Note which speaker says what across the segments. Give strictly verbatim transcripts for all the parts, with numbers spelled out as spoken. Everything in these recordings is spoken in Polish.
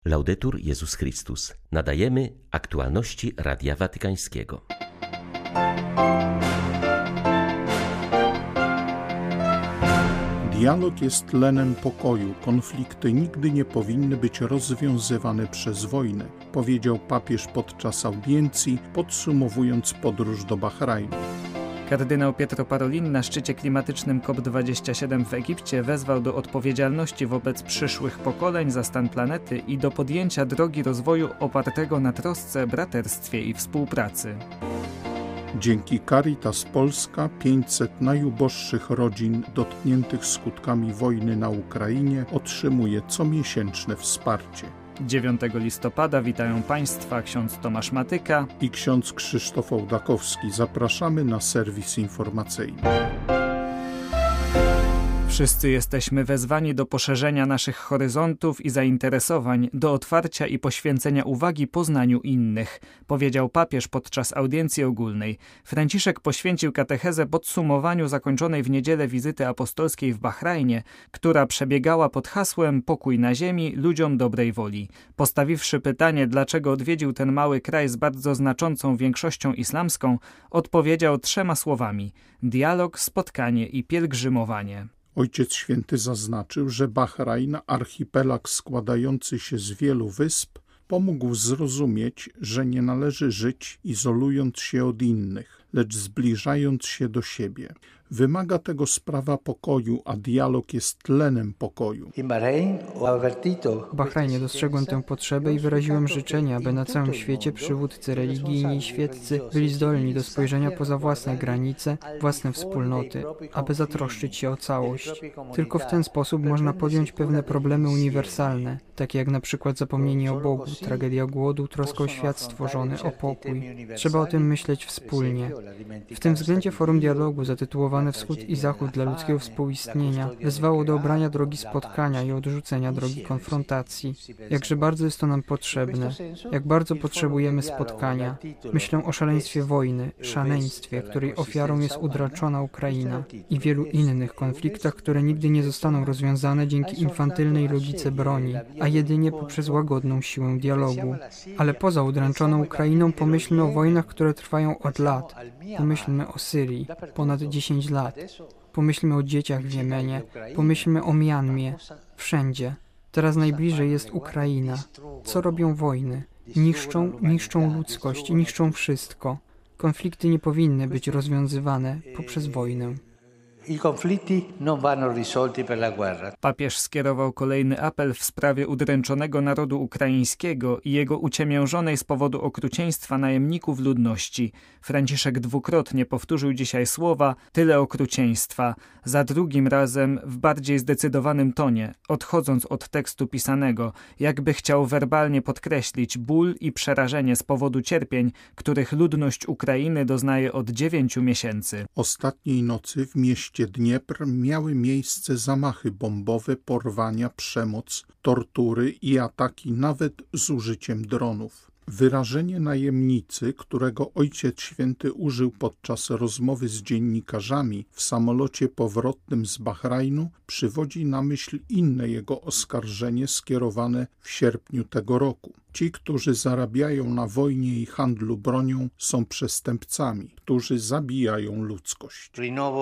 Speaker 1: Laudetur Jezus Chrystus. Nadajemy aktualności Radia Watykańskiego.
Speaker 2: Dialog jest tlenem pokoju. Konflikty nigdy nie powinny być rozwiązywane przez wojnę, powiedział papież podczas audiencji, podsumowując podróż do Bahrajnu.
Speaker 3: Kardynał Pietro Parolin na szczycie klimatycznym COP dwadzieścia siedem w Egipcie wezwał do odpowiedzialności wobec przyszłych pokoleń za stan planety i do podjęcia drogi rozwoju opartego na trosce, braterstwie i współpracy.
Speaker 2: Dzięki Caritas Polska pięćset najuboższych rodzin dotkniętych skutkami wojny na Ukrainie otrzymuje comiesięczne wsparcie.
Speaker 3: dziewiątego listopada witają Państwa ksiądz Tomasz Matyka
Speaker 2: i ksiądz Krzysztof Ołdakowski. Zapraszamy na serwis informacyjny.
Speaker 3: Wszyscy jesteśmy wezwani do poszerzenia naszych horyzontów i zainteresowań, do otwarcia i poświęcenia uwagi poznaniu innych, powiedział papież podczas audiencji ogólnej. Franciszek poświęcił katechezę podsumowaniu zakończonej w niedzielę wizyty apostolskiej w Bahrajnie, która przebiegała pod hasłem Pokój na ziemi, ludziom dobrej woli. Postawiwszy pytanie, dlaczego odwiedził ten mały kraj z bardzo znaczącą większością islamską, odpowiedział trzema słowami: dialog, spotkanie i pielgrzymowanie.
Speaker 2: Ojciec Święty zaznaczył, że Bahrajn, archipelag składający się z wielu wysp, pomógł zrozumieć, że nie należy żyć izolując się od innych, lecz zbliżając się do siebie. Wymaga tego sprawa pokoju, a dialog jest tlenem pokoju.
Speaker 4: W Bahrajnie dostrzegłem tę potrzebę i wyraziłem życzenie, aby na całym świecie przywódcy religijni i świeccy byli zdolni do spojrzenia poza własne granice, własne wspólnoty, aby zatroszczyć się o całość. Tylko w ten sposób można podjąć pewne problemy uniwersalne, takie jak na przykład zapomnienie o Bogu, tragedia głodu, troska o świat stworzony, o pokój. Trzeba o tym myśleć wspólnie. W tym względzie Forum Dialogu, zatytułowane Wschód i Zachód dla ludzkiego współistnienia, wezwało do obrania drogi spotkania i odrzucenia drogi konfrontacji. Jakże bardzo jest to nam potrzebne, jak bardzo potrzebujemy spotkania. Myślę o szaleństwie wojny, szaleństwie, której ofiarą jest udraczona Ukraina i wielu innych konfliktach, które nigdy nie zostaną rozwiązane dzięki infantylnej logice broni, a jedynie poprzez łagodną siłę dialogu. Ale poza udręczoną Ukrainą pomyślmy o wojnach, które trwają od lat. Pomyślmy o Syrii, ponad dziesięć lat. Pomyślmy o dzieciach w Jemenie, pomyślmy o Mianmie, wszędzie. Teraz najbliżej jest Ukraina. Co robią wojny? Niszczą, niszczą ludzkość, niszczą wszystko. Konflikty nie powinny być rozwiązywane poprzez wojnę.
Speaker 3: Papież skierował kolejny apel w sprawie udręczonego narodu ukraińskiego i jego uciemiężonej z powodu okrucieństwa najemników ludności. Franciszek dwukrotnie powtórzył dzisiaj słowa tyle okrucieństwa, za drugim razem w bardziej zdecydowanym tonie, odchodząc od tekstu pisanego, jakby chciał werbalnie podkreślić ból i przerażenie z powodu cierpień, których ludność Ukrainy doznaje od dziewięciu miesięcy.
Speaker 2: Ostatniej nocy w mieście Dniepr miały miejsce zamachy bombowe, porwania, przemoc, tortury i ataki nawet z użyciem dronów. Wyrażenie najemnicy, którego Ojciec Święty użył podczas rozmowy z dziennikarzami w samolocie powrotnym z Bahrajnu, przywodzi na myśl inne jego oskarżenie skierowane w sierpniu tego roku. Ci, którzy zarabiają na wojnie i handlu bronią, są przestępcami, którzy zabijają ludzkość.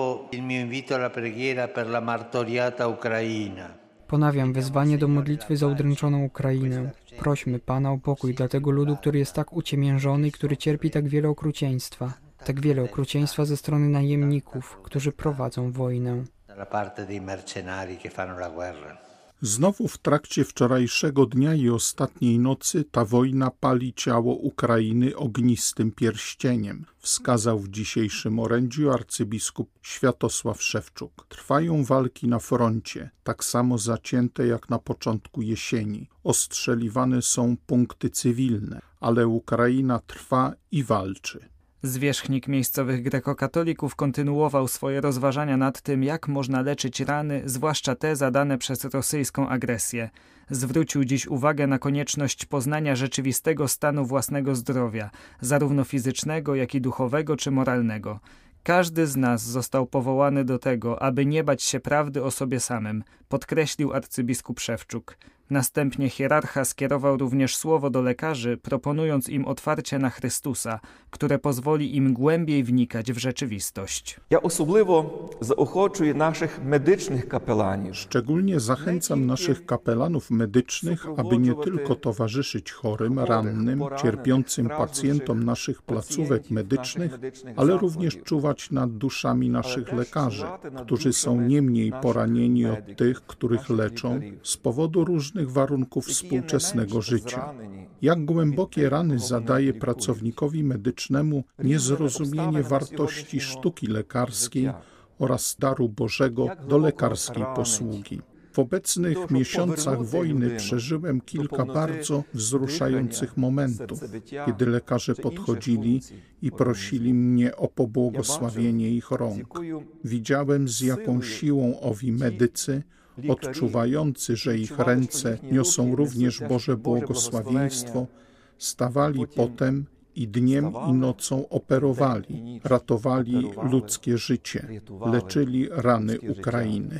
Speaker 4: Ponawiam wezwanie do modlitwy za udręczoną Ukrainę. Prośmy Pana o pokój dla tego ludu, który jest tak uciemiężony i który cierpi tak wiele okrucieństwa. Tak wiele okrucieństwa ze strony najemników, którzy prowadzą wojnę.
Speaker 2: Znowu w trakcie wczorajszego dnia i ostatniej nocy ta wojna pali ciało Ukrainy ognistym pierścieniem, wskazał w dzisiejszym orędziu arcybiskup Światosław Szewczuk. Trwają walki na froncie, tak samo zacięte jak na początku jesieni. Ostrzeliwane są punkty cywilne, ale Ukraina trwa i walczy.
Speaker 3: Zwierzchnik miejscowych grekokatolików kontynuował swoje rozważania nad tym, jak można leczyć rany, zwłaszcza te zadane przez rosyjską agresję. Zwrócił dziś uwagę na konieczność poznania rzeczywistego stanu własnego zdrowia, zarówno fizycznego, jak i duchowego czy moralnego. Każdy z nas został powołany do tego, aby nie bać się prawdy o sobie samym, podkreślił arcybiskup Szewczuk. Następnie hierarcha skierował również słowo do lekarzy, proponując im otwarcie na Chrystusa, które pozwoli im głębiej wnikać w rzeczywistość.
Speaker 5: Ja особливо заохочую naszych medycznych kapelanów.
Speaker 2: Szczególnie zachęcam naszych kapelanów medycznych, aby nie tylko towarzyszyć chorym, rannym, cierpiącym pacjentom naszych placówek medycznych, ale również czuwać nad duszami naszych lekarzy, którzy są nie mniej poranieni od tych, których leczą z powodu różnych warunków współczesnego życia. Jak głębokie rany zadaje pracownikowi medycznemu niezrozumienie wartości sztuki lekarskiej oraz daru Bożego do lekarskiej posługi. W obecnych miesiącach wojny przeżyłem kilka bardzo wzruszających momentów, kiedy lekarze podchodzili i prosili mnie o pobłogosławienie ich rąk. Widziałem, z jaką siłą owi medycy, odczuwający, że ich ręce niosą również Boże błogosławieństwo, stawali potem i dniem i nocą operowali, ratowali ludzkie życie, leczyli rany Ukrainy.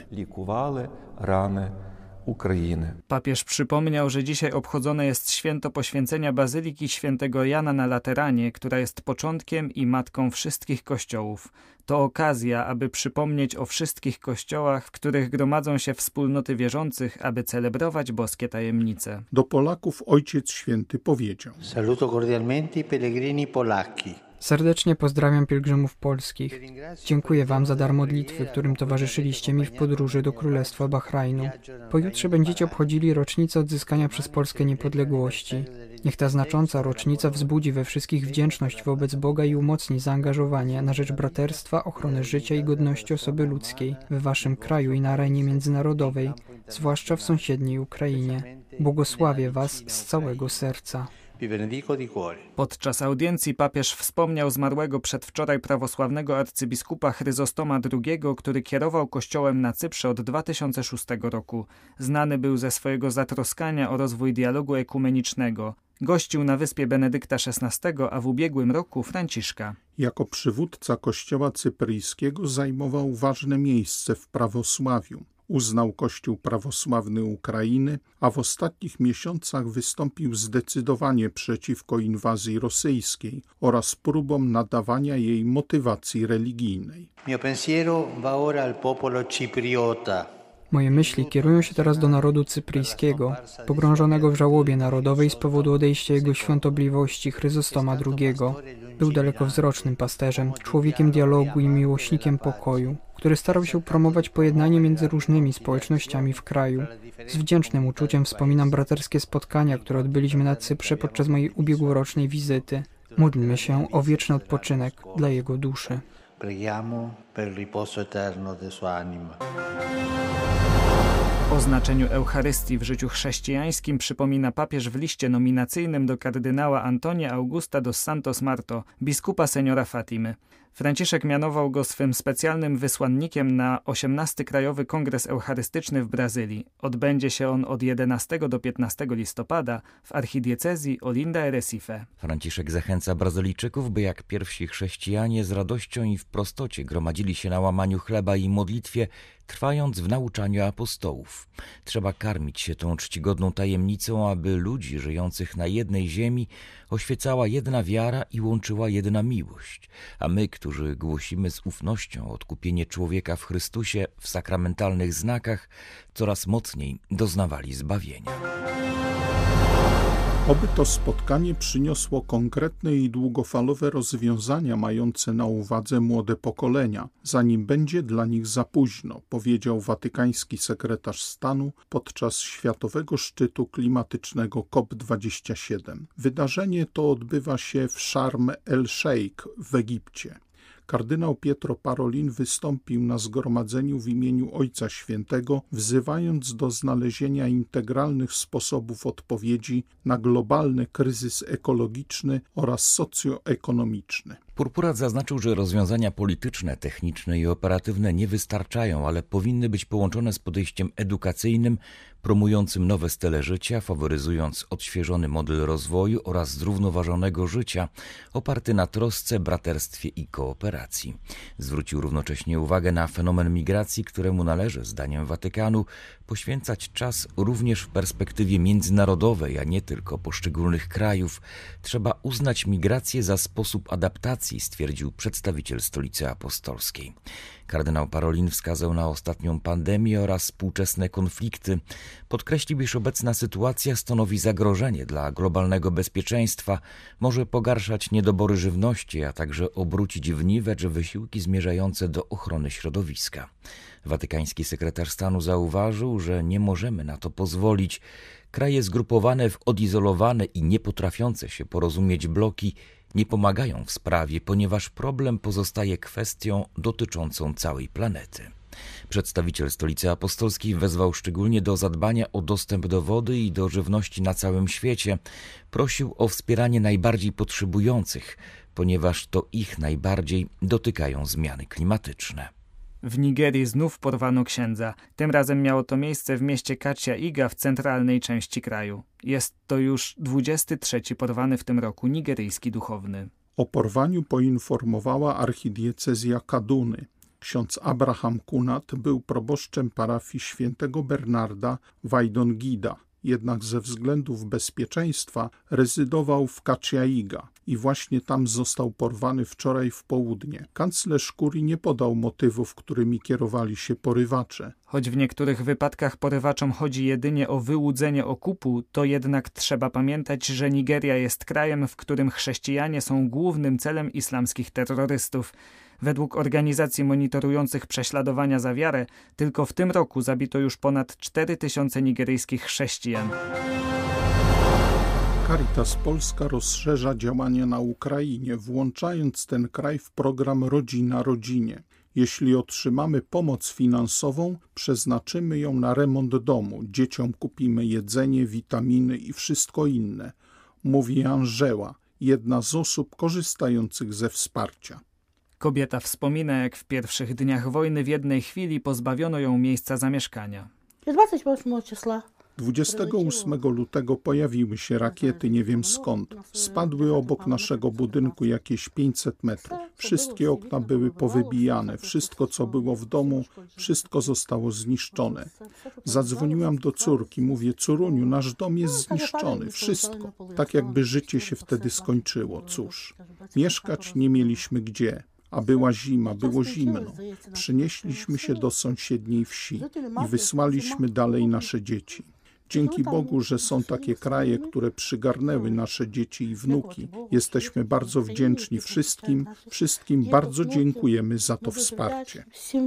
Speaker 3: Ukrainy. Papież przypomniał, że dzisiaj obchodzone jest święto poświęcenia Bazyliki Świętego Jana na Lateranie, która jest początkiem i matką wszystkich kościołów. To okazja, aby przypomnieć o wszystkich kościołach, w których gromadzą się wspólnoty wierzących, aby celebrować boskie tajemnice.
Speaker 2: Do Polaków Ojciec Święty powiedział:
Speaker 6: Saluto cordialmente i pellegrini polacchi.
Speaker 4: Serdecznie pozdrawiam pielgrzymów polskich. Dziękuję Wam za dar modlitwy, którym towarzyszyliście mi w podróży do Królestwa Bahrajnu. Pojutrze będziecie obchodzili rocznicę odzyskania przez Polskę niepodległości. Niech ta znacząca rocznica wzbudzi we wszystkich wdzięczność wobec Boga i umocni zaangażowanie na rzecz braterstwa, ochrony życia i godności osoby ludzkiej w Waszym kraju i na arenie międzynarodowej, zwłaszcza w sąsiedniej Ukrainie. Błogosławię Was z całego serca.
Speaker 3: Podczas audiencji papież wspomniał zmarłego przedwczoraj prawosławnego arcybiskupa Chryzostoma drugiego, który kierował kościołem na Cyprze od dwa tysiące szóstego roku. Znany był ze swojego zatroskania o rozwój dialogu ekumenicznego. Gościł na wyspie Benedykta szesnastego, a w ubiegłym roku Franciszka.
Speaker 2: Jako przywódca kościoła cypryjskiego zajmował ważne miejsce w prawosławiu. Uznał Kościół prawosławny Ukrainy, a w ostatnich miesiącach wystąpił zdecydowanie przeciwko inwazji rosyjskiej oraz próbom nadawania jej motywacji religijnej.
Speaker 6: Mio pensiero va ora al popolo cipriota.
Speaker 4: Moje myśli kierują się teraz do narodu cypryjskiego, pogrążonego w żałobie narodowej z powodu odejścia jego świątobliwości Chryzostoma drugiego. Był dalekowzrocznym pasterzem, człowiekiem dialogu i miłośnikiem pokoju, który starał się promować pojednanie między różnymi społecznościami w kraju. Z wdzięcznym uczuciem wspominam braterskie spotkania, które odbyliśmy na Cyprze podczas mojej ubiegłorocznej wizyty. Módlmy się o wieczny odpoczynek dla jego duszy.
Speaker 6: Preghiamo per il riposo eterno de sua anima.
Speaker 3: O znaczeniu Eucharystii w życiu chrześcijańskim przypomina papież w liście nominacyjnym do kardynała Antonia Augusta dos Santos Marto, biskupa seniora Fatimy. Franciszek mianował go swym specjalnym wysłannikiem na osiemnasty Krajowy Kongres Eucharystyczny w Brazylii. Odbędzie się on od jedenastego do piętnastego listopada w archidiecezji Olinda e Recife.
Speaker 7: Franciszek zachęca Brazylijczyków, by jak pierwsi chrześcijanie z radością i w prostocie gromadzili się na łamaniu chleba i modlitwie, trwając w nauczaniu apostołów. Trzeba karmić się tą czcigodną tajemnicą, aby ludzi żyjących na jednej ziemi oświecała jedna wiara i łączyła jedna miłość. A my, którzy głosimy z ufnością odkupienie człowieka w Chrystusie w sakramentalnych znakach, coraz mocniej doznawali zbawienia.
Speaker 2: Oby to spotkanie przyniosło konkretne i długofalowe rozwiązania mające na uwadze młode pokolenia, zanim będzie dla nich za późno, powiedział watykański sekretarz stanu podczas Światowego Szczytu Klimatycznego COP dwadzieścia siedem. Wydarzenie to odbywa się w Sharm el-Sheikh w Egipcie. Kardynał Pietro Parolin wystąpił na zgromadzeniu w imieniu Ojca Świętego, wzywając do znalezienia integralnych sposobów odpowiedzi na globalny kryzys ekologiczny oraz socjoekonomiczny.
Speaker 7: Purpurat zaznaczył, że rozwiązania polityczne, techniczne i operatywne nie wystarczają, ale powinny być połączone z podejściem edukacyjnym, promującym nowe style życia, faworyzując odświeżony model rozwoju oraz zrównoważonego życia, oparty na trosce, braterstwie i kooperacji. Zwrócił równocześnie uwagę na fenomen migracji, któremu należy, zdaniem Watykanu, poświęcać czas również w perspektywie międzynarodowej, a nie tylko poszczególnych krajów. Trzeba uznać migrację za sposób adaptacji, stwierdził przedstawiciel Stolicy Apostolskiej. Kardynał Parolin wskazał na ostatnią pandemię oraz współczesne konflikty. Podkreślił, iż obecna sytuacja stanowi zagrożenie dla globalnego bezpieczeństwa, może pogarszać niedobory żywności, a także obrócić w niwecz wysiłki zmierzające do ochrony środowiska. Watykański sekretarz stanu zauważył, że nie możemy na to pozwolić. Kraje zgrupowane w odizolowane i niepotrafiące się porozumieć bloki nie pomagają w sprawie, ponieważ problem pozostaje kwestią dotyczącą całej planety. Przedstawiciel Stolicy Apostolskiej wezwał szczególnie do zadbania o dostęp do wody i do żywności na całym świecie. Prosił o wspieranie najbardziej potrzebujących, ponieważ to ich najbardziej dotykają zmiany klimatyczne.
Speaker 3: W Nigerii znów porwano księdza. Tym razem miało to miejsce w mieście Kacia Iga w centralnej części kraju. Jest to już dwudziesty trzeci porwany w tym roku nigeryjski duchowny.
Speaker 2: O porwaniu poinformowała archidiecezja Kaduny. Ksiądz Abraham Kunat był proboszczem parafii świętego Bernarda w Aidongida. Jednak ze względów bezpieczeństwa rezydował w Kaciaiga i właśnie tam został porwany wczoraj w południe. Kanclerz kurii nie podał motywów, którymi kierowali się porywacze.
Speaker 3: Choć w niektórych wypadkach porywaczom chodzi jedynie o wyłudzenie okupu, to jednak trzeba pamiętać, że Nigeria jest krajem, w którym chrześcijanie są głównym celem islamskich terrorystów. Według organizacji monitorujących prześladowania za wiarę, tylko w tym roku zabito już ponad cztery tysiące nigeryjskich chrześcijan.
Speaker 2: Caritas Polska rozszerza działania na Ukrainie, włączając ten kraj w program Rodzina Rodzinie. Jeśli otrzymamy pomoc finansową, przeznaczymy ją na remont domu, dzieciom kupimy jedzenie, witaminy i wszystko inne, mówi Anżela, jedna z osób korzystających ze wsparcia.
Speaker 3: Kobieta wspomina, jak w pierwszych dniach wojny w jednej chwili pozbawiono ją miejsca zamieszkania.
Speaker 2: dwudziestego ósmego lutego pojawiły się rakiety, nie wiem skąd. Spadły obok naszego budynku jakieś pięćset metrów. Wszystkie okna były powybijane, wszystko co było w domu, wszystko zostało zniszczone. Zadzwoniłam do córki, mówię: córuniu, nasz dom jest zniszczony, wszystko. Tak jakby życie się wtedy skończyło. Cóż, mieszkać nie mieliśmy gdzie. A była zima, było zimno. Przynieśliśmy się do sąsiedniej wsi i wysłaliśmy dalej nasze dzieci. Dzięki Bogu, że są takie kraje, które przygarnęły nasze dzieci i wnuki. Jesteśmy bardzo wdzięczni wszystkim, wszystkim bardzo dziękujemy za to wsparcie.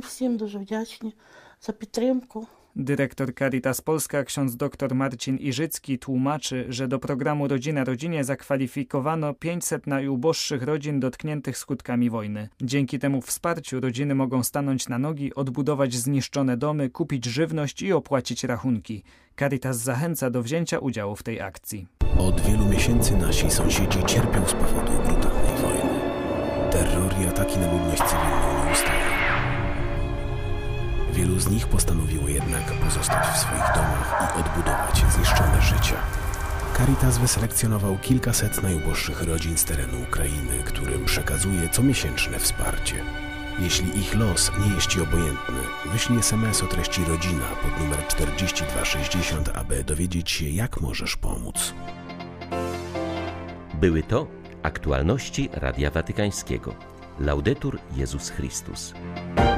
Speaker 3: Dyrektor Caritas Polska, ksiądz dr Marcin Iżycki, tłumaczy, że do programu Rodzina Rodzinie zakwalifikowano pięćset najuboższych rodzin dotkniętych skutkami wojny. Dzięki temu wsparciu rodziny mogą stanąć na nogi, odbudować zniszczone domy, kupić żywność i opłacić rachunki. Caritas zachęca do wzięcia udziału w tej akcji.
Speaker 8: Od wielu miesięcy nasi sąsiedzi cierpią z powodu brutalnej wojny. Terror i ataki na ludność cywilną nie ustają. Wielu z nich postanowiło jednak pozostać w swoich domach i odbudować zniszczone życie. Caritas wyselekcjonował kilkaset najuboższych rodzin z terenu Ukrainy, którym przekazuje comiesięczne wsparcie. Jeśli ich los nie jest Ci obojętny, wyślij es em es o treści rodzina pod numer czterdzieści dwa sześćdziesiąt, aby dowiedzieć się, jak możesz pomóc.
Speaker 1: Były to aktualności Radia Watykańskiego. Laudetur Jezus Chrystus.